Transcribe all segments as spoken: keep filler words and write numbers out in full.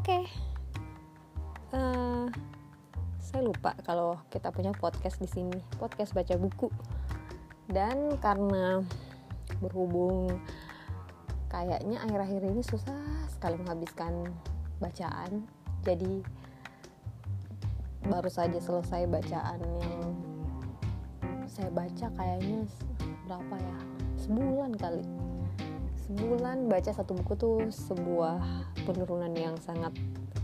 Oke, eh, saya lupa kalau kita punya podcast di sini, podcast baca buku. Dan karena berhubung kayaknya akhir-akhir ini susah sekali menghabiskan bacaan, jadi baru saja selesai bacaan yang saya baca kayaknya berapa ya, sebulan kali. Sebulan baca satu buku tuh sebuah penurunan yang sangat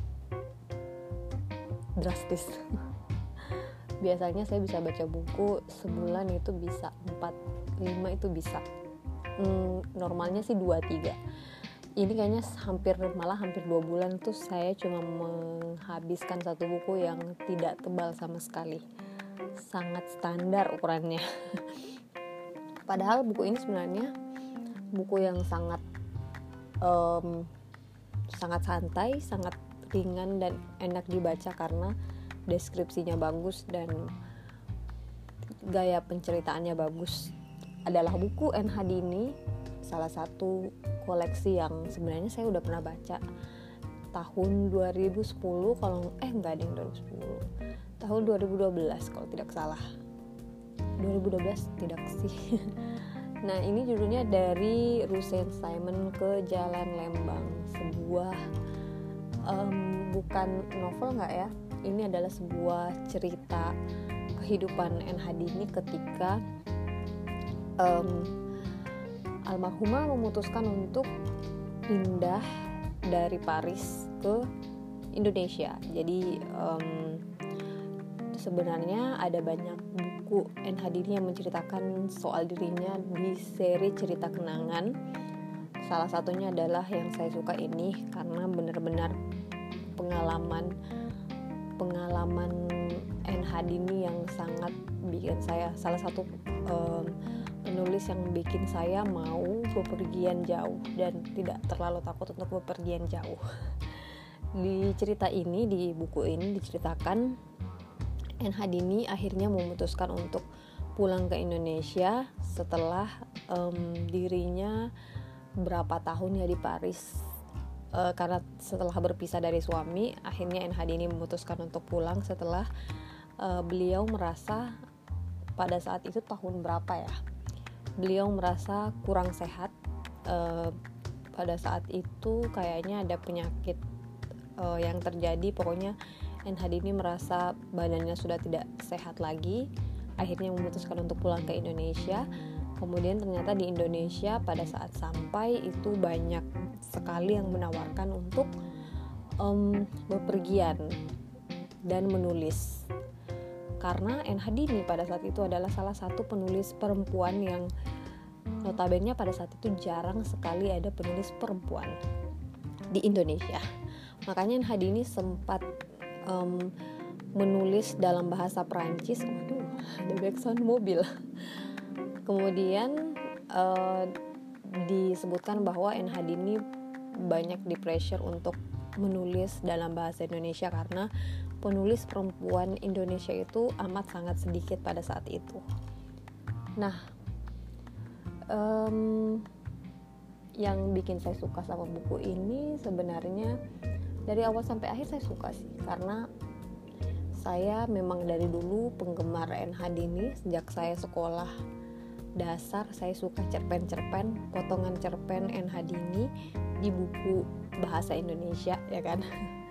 drastis. Biasanya saya bisa baca buku sebulan itu bisa empat, lima itu bisa. Hmm, normalnya sih dua, tiga. Ini kayaknya hampir malah hampir dua bulan tuh saya cuma menghabiskan satu buku yang tidak tebal sama sekali. Sangat standar ukurannya. Padahal buku ini sebenarnya buku yang sangat um, sangat santai, sangat ringan dan enak dibaca karena deskripsinya bagus dan gaya penceritaannya bagus. Adalah buku N. Hadini, salah satu koleksi yang sebenarnya saya udah pernah baca tahun dua ribu sepuluh kalau eh enggak ada yang dua ribu sepuluh. Tahun dua ribu dua belas kalau tidak salah. dua ribu dua belas tidak sih. Nah, ini judulnya Dari Rusen Simon ke Jalan Lembang. Sebuah um, bukan novel nggak ya? Ini adalah sebuah cerita kehidupan N. Hadini ketika um, almarhumah memutuskan untuk pindah dari Paris ke Indonesia. Jadi um, sebenarnya ada banyak buku N. Hadini yang menceritakan soal dirinya di seri cerita kenangan. Salah satunya adalah yang saya suka ini karena benar-benar pengalaman pengalaman N. Hadini yang sangat bikin saya salah satu um, penulis yang bikin saya mau bepergian jauh dan tidak terlalu takut untuk bepergian jauh. Di cerita ini, di buku ini diceritakan N. Hadini akhirnya memutuskan untuk pulang ke Indonesia setelah um, dirinya berapa tahun ya di Paris. Uh, karena setelah berpisah dari suami, akhirnya N. Hadini memutuskan untuk pulang setelah uh, beliau merasa pada saat itu tahun berapa ya? Beliau merasa kurang sehat. Uh, pada saat itu kayaknya ada penyakit uh, yang terjadi, pokoknya N. Hadini merasa badannya sudah tidak sehat lagi, akhirnya memutuskan untuk pulang ke Indonesia. Kemudian ternyata di Indonesia pada saat sampai itu banyak sekali yang menawarkan untuk um, bepergian dan menulis. Karena N. Hadini pada saat itu adalah salah satu penulis perempuan yang notabene pada saat itu jarang sekali ada penulis perempuan di Indonesia. Makanya N. Hadini sempat Um, menulis dalam bahasa Perancis. Waduh, ada backsound mobil. Kemudian uh, disebutkan bahwa N. Hadini banyak di pressure untuk menulis dalam bahasa Indonesia karena penulis perempuan Indonesia itu amat sangat sedikit pada saat itu. Nah, um, yang bikin saya suka sama buku ini sebenarnya dari awal sampai akhir saya suka sih, karena saya memang dari dulu penggemar N. Hadini. Sejak saya sekolah dasar saya suka cerpen-cerpen, potongan cerpen N. Hadini di buku bahasa Indonesia, ya kan.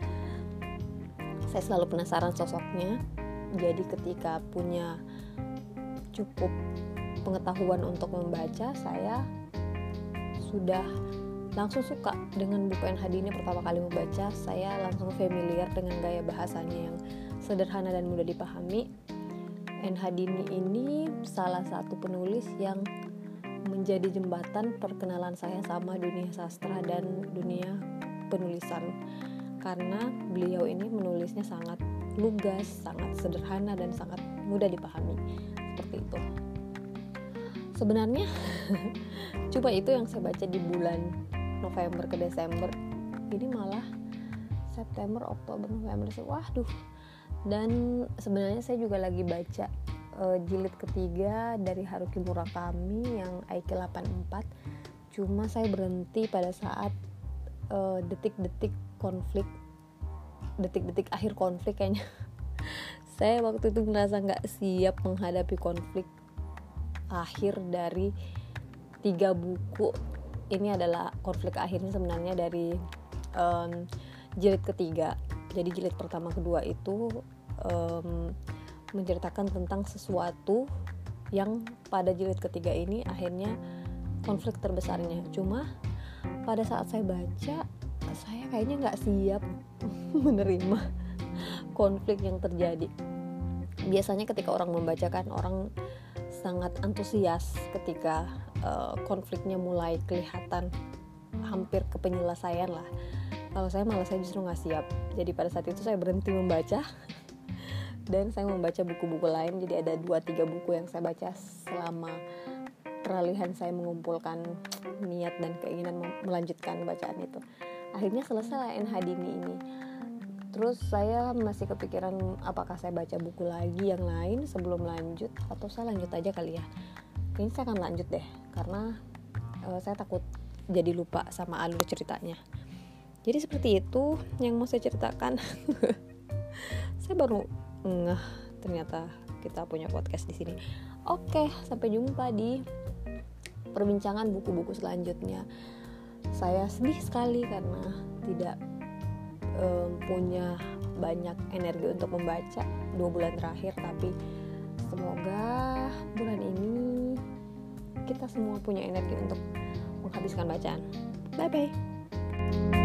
Saya selalu penasaran sosoknya. Jadi ketika punya cukup pengetahuan untuk membaca, saya sudah langsung suka dengan buku N. Hadini. Pertama kali membaca, saya langsung familiar dengan gaya bahasanya yang sederhana dan mudah dipahami. N. Hadini ini salah satu penulis yang menjadi jembatan perkenalan saya sama dunia sastra dan dunia penulisan. Karena beliau ini menulisnya sangat lugas, sangat sederhana dan sangat mudah dipahami. Seperti itu. Sebenarnya cuma itu yang saya baca di bulan November ke Desember. Ini malah September, Oktober, November. Waduh. Dan sebenarnya saya juga lagi baca uh, jilid ketiga dari Haruki Murakami yang I Q delapan puluh empat. Cuma saya berhenti pada saat uh, detik-detik konflik detik-detik akhir konflik kayaknya. Saya waktu itu merasa nggak siap menghadapi konflik akhir dari tiga buku. Ini adalah konflik akhirnya sebenarnya dari um, jilid ketiga. Jadi jilid pertama kedua itu um, menceritakan tentang sesuatu yang pada jilid ketiga ini akhirnya konflik terbesarnya. Cuma pada saat saya baca, saya kayaknya nggak siap menerima konflik yang terjadi. Biasanya ketika orang membacakan, orang sangat antusias ketika uh, konfliknya mulai kelihatan hampir ke penyelesaian lah. Kalau saya malah saya justru nggak siap. Jadi pada saat itu saya berhenti membaca dan saya membaca buku-buku lain. Jadi ada dua tiga buku yang saya baca selama peralihan saya mengumpulkan niat dan keinginan melanjutkan bacaan itu. Akhirnya selesai N Hadini ini. Terus saya masih kepikiran apakah saya baca buku lagi yang lain sebelum lanjut, atau saya lanjut aja kali ya. Ini saya akan lanjut deh, karena uh, saya takut jadi lupa sama alur ceritanya. Jadi seperti itu yang mau saya ceritakan. Saya baru ngeh ternyata kita punya podcast di sini. Oke, sampai jumpa di perbincangan buku-buku selanjutnya. Saya sedih sekali karena tidak um, punya banyak energi untuk membaca dua bulan terakhir, tapi semoga bulan ini kita semua punya energi untuk menghabiskan bacaan. Bye bye.